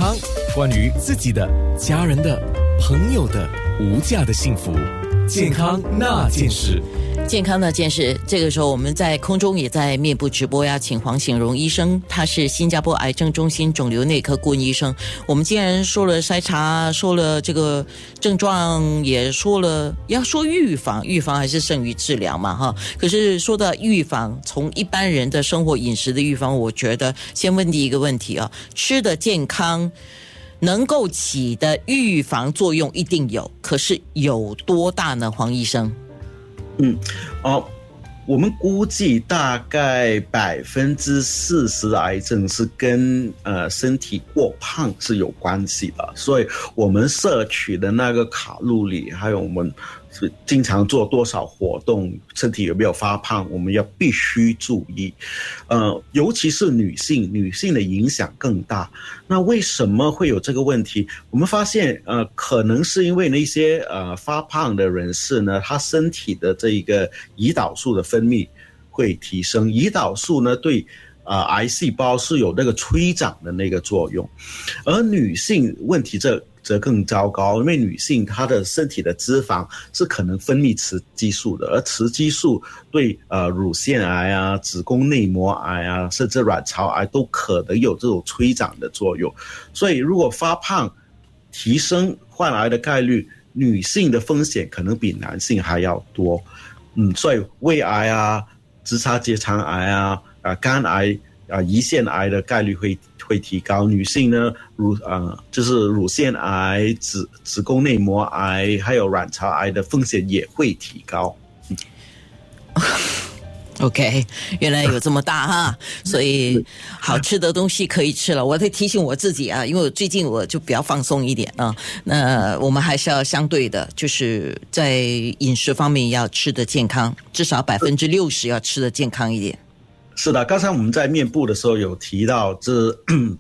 康，关于自己的、家人的、朋友的无价的幸福，健康那件事。 健康那件事，这个时候我们在空中也在面部直播呀，请黄醒荣医生，他是新加坡癌症中心肿瘤内科顾问医生。我们既然说了筛查，说了这个症状，也说了要说预防还是胜于治疗嘛哈。可是说到预防，从一般人的生活饮食的预防，我觉得先问第一个问题啊，吃的健康能够起的预防作用一定有，可是有多大呢？黄医生？ 我们估计大概40%的癌症是跟身体过胖是有关系的，所以我们摄取的那个卡路里，还有我们经常做多少活动，身体有没有发胖，我们要必须注意。尤其是女性的影响更大。那为什么会有这个问题？我们发现可能是因为那些发胖的人士呢，他身体的这个胰岛素的分泌会提升，胰岛素呢对癌细胞是有那个催长的那个作用，而女性问题则更糟糕，因为女性她的身体的脂肪是可能分泌雌激素的，而雌激素对乳腺癌啊、子宫内膜癌啊，甚至卵巢癌都可能有这种催长的作用。所以如果发胖提升患癌的概率，女性的风险可能比男性还要多。所以胃癌啊、直肠结肠癌啊、肝癌胰腺癌的概率会提高。女性呢，就是乳腺癌、子宫内膜癌还有卵巢癌的风险也会提高。 OK， 原来有这么大哈，所以好吃的东西可以吃了。我得提醒我自己啊，因为我最近我就比较放松一点啊。那我们还是要相对的，就是在饮食方面要吃的健康，至少60%要吃的健康一点。 是的，刚才我们在面部的时候有提到这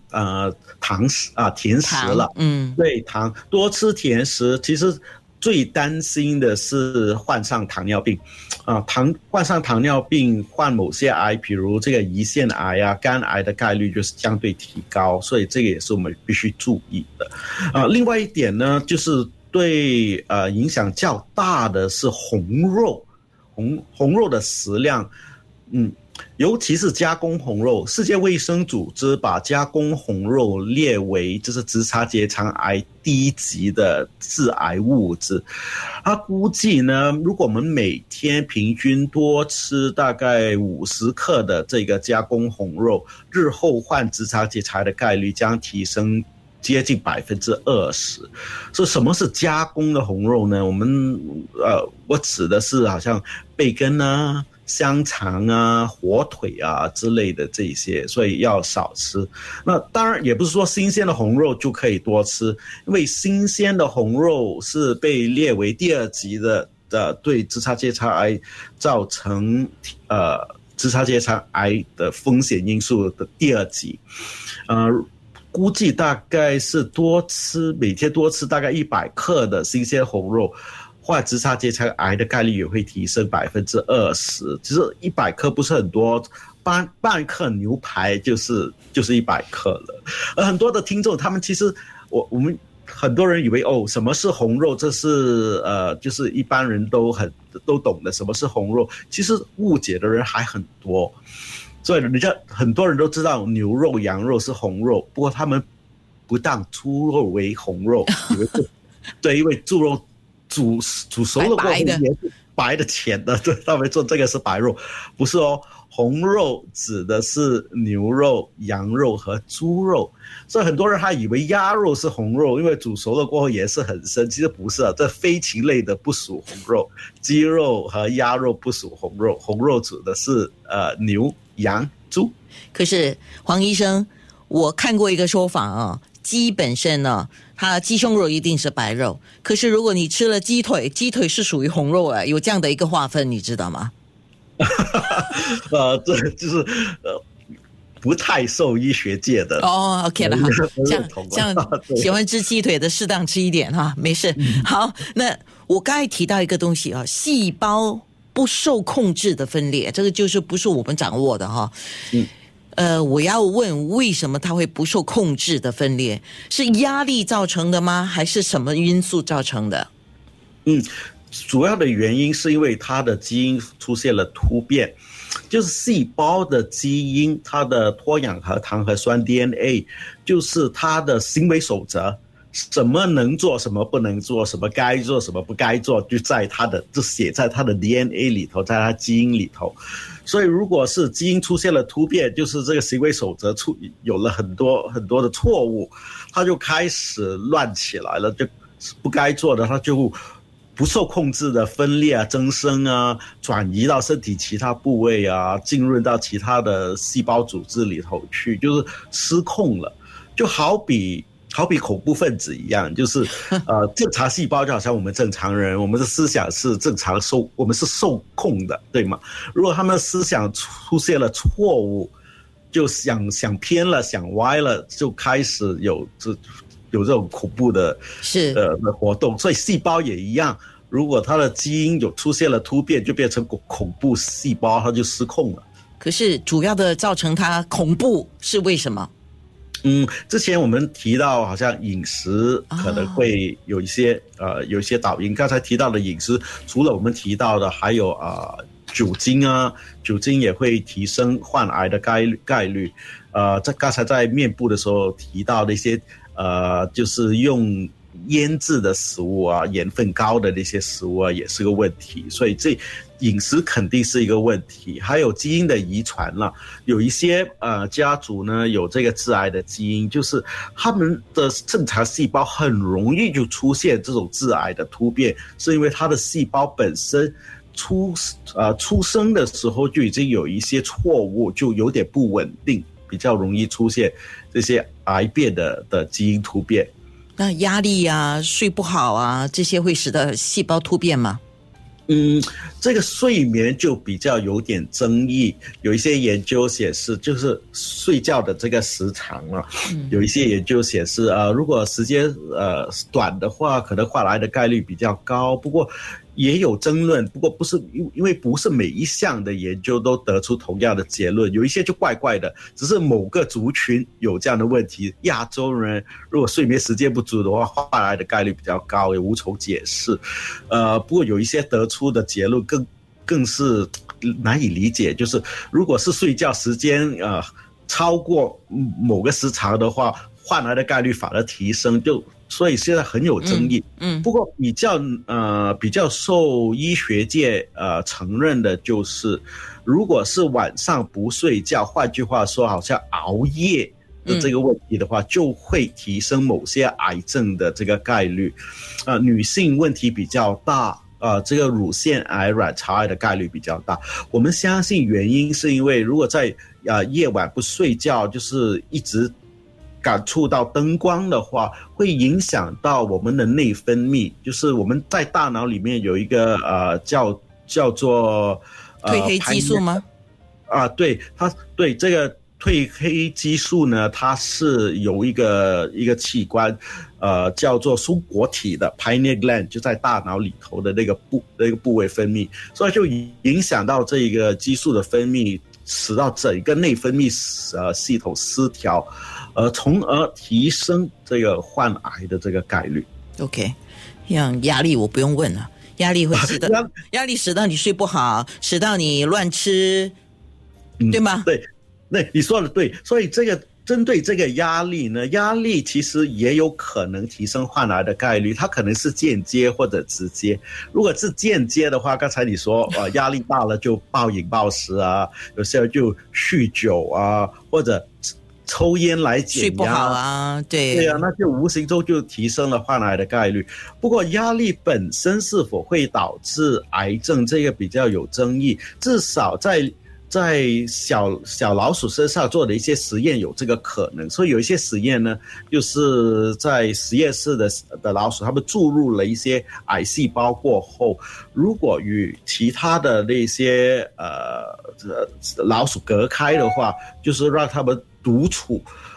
甜食了，对，多吃甜食，其实最担心的是患上糖尿病患上糖尿病患某些癌，比如这个胰腺癌啊、肝癌的概率就是相对提高，所以这个也是我们必须注意的。另外一点呢，就是对影响较大的是红肉的食量，尤其是加工红肉。世界卫生组织把加工红肉列为就是直肠结肠癌第一级的致癌物质。他估计呢，如果我们每天平均多吃大概50克的这个加工红肉，日后患直肠结肠的概率将提升接近20%。所以什么是加工的红肉呢？我指的是好像贝根啊、香肠啊、火腿啊之类的这些，所以要少吃。那当然也不是说新鲜的红肉就可以多吃，因为新鲜的红肉是被列为第2级的对直肠结肠癌造成直肠结肠癌的风险因素的第2级。估计大概是每天多吃大概100克的新鲜红肉，患直肠结肠癌的概率也会提升20%。其实100克不是很多，半克牛排就是100克了。而很多的听众他们其实我们很多人以为什么是红肉，这是就是一般人都懂的什么是红肉，其实误解的人还很多。所以人家很多人都知道牛肉、羊肉是红肉，不过他们不当猪肉为红肉，对，因为猪肉煮熟了过后也是白的浅的，对，他们说这个是白肉，不是哦。红肉指的是牛肉、羊肉和猪肉，所以很多人还以为鸭肉是红肉，因为煮熟了过后也是很深，其实不是这飞禽类的不属红肉，鸡肉和鸭肉不属红肉，红肉指的是牛、羊、猪。 可是黄医生，我看过一个说法啊，鸡本身呢，它鸡胸肉一定是白肉，可是如果你吃了鸡腿，鸡腿是属于红肉有这样的一个划分，你知道吗？ 这就是不太受医学界的 OK 了，好，这样喜欢吃鸡腿的适当吃一点哈，没事。好，那我刚才提到一个东西细胞不受控制的分裂，这个就是不是我们掌握的哈。 我要问为什么它会不受控制的分裂？是压力造成的吗？还是什么因素造成的？ 主要的原因是因为它的基因出现了突变，就是细胞的基因，它的脱氧核糖核酸 DNA， 就是它的行为守则，什么能做，什么不能做，什么该做，什么不该做，就写在它的 DNA 里头，在它基因里头。所以如果是基因出现了突变，就是这个行为守则有了很多很多的错误，它就开始乱起来了，就不该做的它就不受控制的分裂啊、增生啊，转移到身体其他部位啊，浸润到其他的细胞组织里头去，就是失控了。就好比恐怖分子一样，就是正常细胞就好像我们正常人，我们的思想是正常我们是受控的，对吗？如果他们的思想出现了错误，就想偏了、想歪了，就开始有这种恐怖的活动。所以细胞也一样，如果它的基因出现了突变，就变成恐怖细胞，它就失控了。 可是主要的造成它恐怖是为什么？ 之前我们提到好像饮食可能会有一些导因。刚才提到的饮食，除了我们提到的，还有酒精啊，酒精也会提升患癌的概率。刚才在面部的时候提到的一些就是用腌制的食物啊，盐分高的那些食物啊，也是个问题。所以这饮食肯定是一个问题，还有基因的遗传了。有一些家族呢有这个致癌的基因，就是他们的正常细胞很容易就出现这种致癌的突变，是因为它的细胞本身出生的时候就已经有一些错误，就有点不稳定，比较容易出现这些癌变的基因突变。 那压力啊、睡不好啊，这些会使得细胞突变吗？ 这个睡眠就比较有点争议。有一些研究显示，就是睡觉的这个时长啊，有一些研究显示如果时间短的话，可能患癌的概率比较高。不过也有争论，不过因为不是每一项的研究都得出同样的结论，有一些就怪怪的，只是某个族群有这样的问题。亚洲人如果睡眠时间不足的话，患癌的概率比较高，也无从解释。不过有一些得出的结论更是难以理解，就是如果是睡觉时间超过某个时长的话，患癌的概率反而提升，所以现在很有争议。不过比较受医学界承认的就是，如果是晚上不睡觉，换句话说，好像熬夜的这个问题的话，就会提升某些癌症的这个概率。女性问题比较大。这个乳腺癌、卵巢癌的概率比较大。我们相信原因是因为，如果在夜晚不睡觉，就是一直感触到灯光的话，会影响到我们的内分泌。就是我们在大脑里面有一个叫做褪黑激素吗？ 对这个褪黑激素呢，它是有一个器官，叫做松果体的 pineal gland， 就在大脑里头的那个部位分泌，所以就影响到这个激素的分泌，使到整个内分泌系统失调，从而提升这个患癌的这个概率。 OK， 像压力我不用问了，压力会压力使到你睡不好，使到你乱吃，对吗？ 对。那你说的对，所以针对这个压力呢，压力其实也有可能提升患癌的概率，它可能是间接或者直接。如果是间接的话，刚才你说压力大了就暴饮暴食啊，有些人就酗酒啊，或者抽烟来减压， 睡不好啊，对啊，那就无形中就提升了患癌的概率。不过压力本身是否会导致癌症，这个比较有争议，至少在小老鼠身上做的一些实验有这个可能。所以有一些实验呢，就是在实验室的老鼠，他们注入了一些癌细胞过后，如果与其他的那些老鼠隔开的话，就是让他们独处，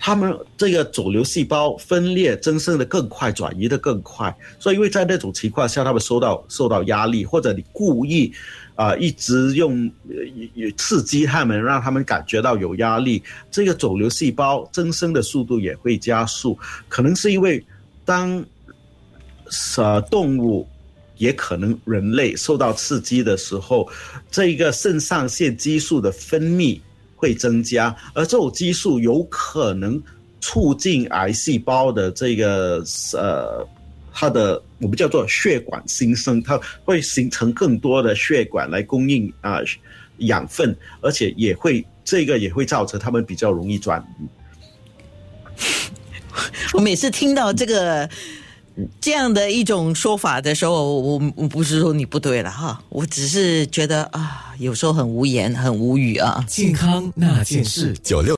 他们这个肿瘤细胞分裂增生的更快，转移的更快，所以因为在那种情况下，他们受到压力，或者你故意一直用刺激他们，让他们感觉到有压力，这个肿瘤细胞增生的速度也会加速。可能是因为当动物也可能人类受到刺激的时候，这个肾上腺激素的分泌会增加，而这种激素有可能促进癌细胞的这个它的我们叫做血管新生，它会形成更多的血管来供应养分，而且这个也会造成它们比较容易转移。 我每次听到这样的一种说法的时候，我不是说你不对了哈，我只是觉得有时候很无言很无语啊。 健康那件事96。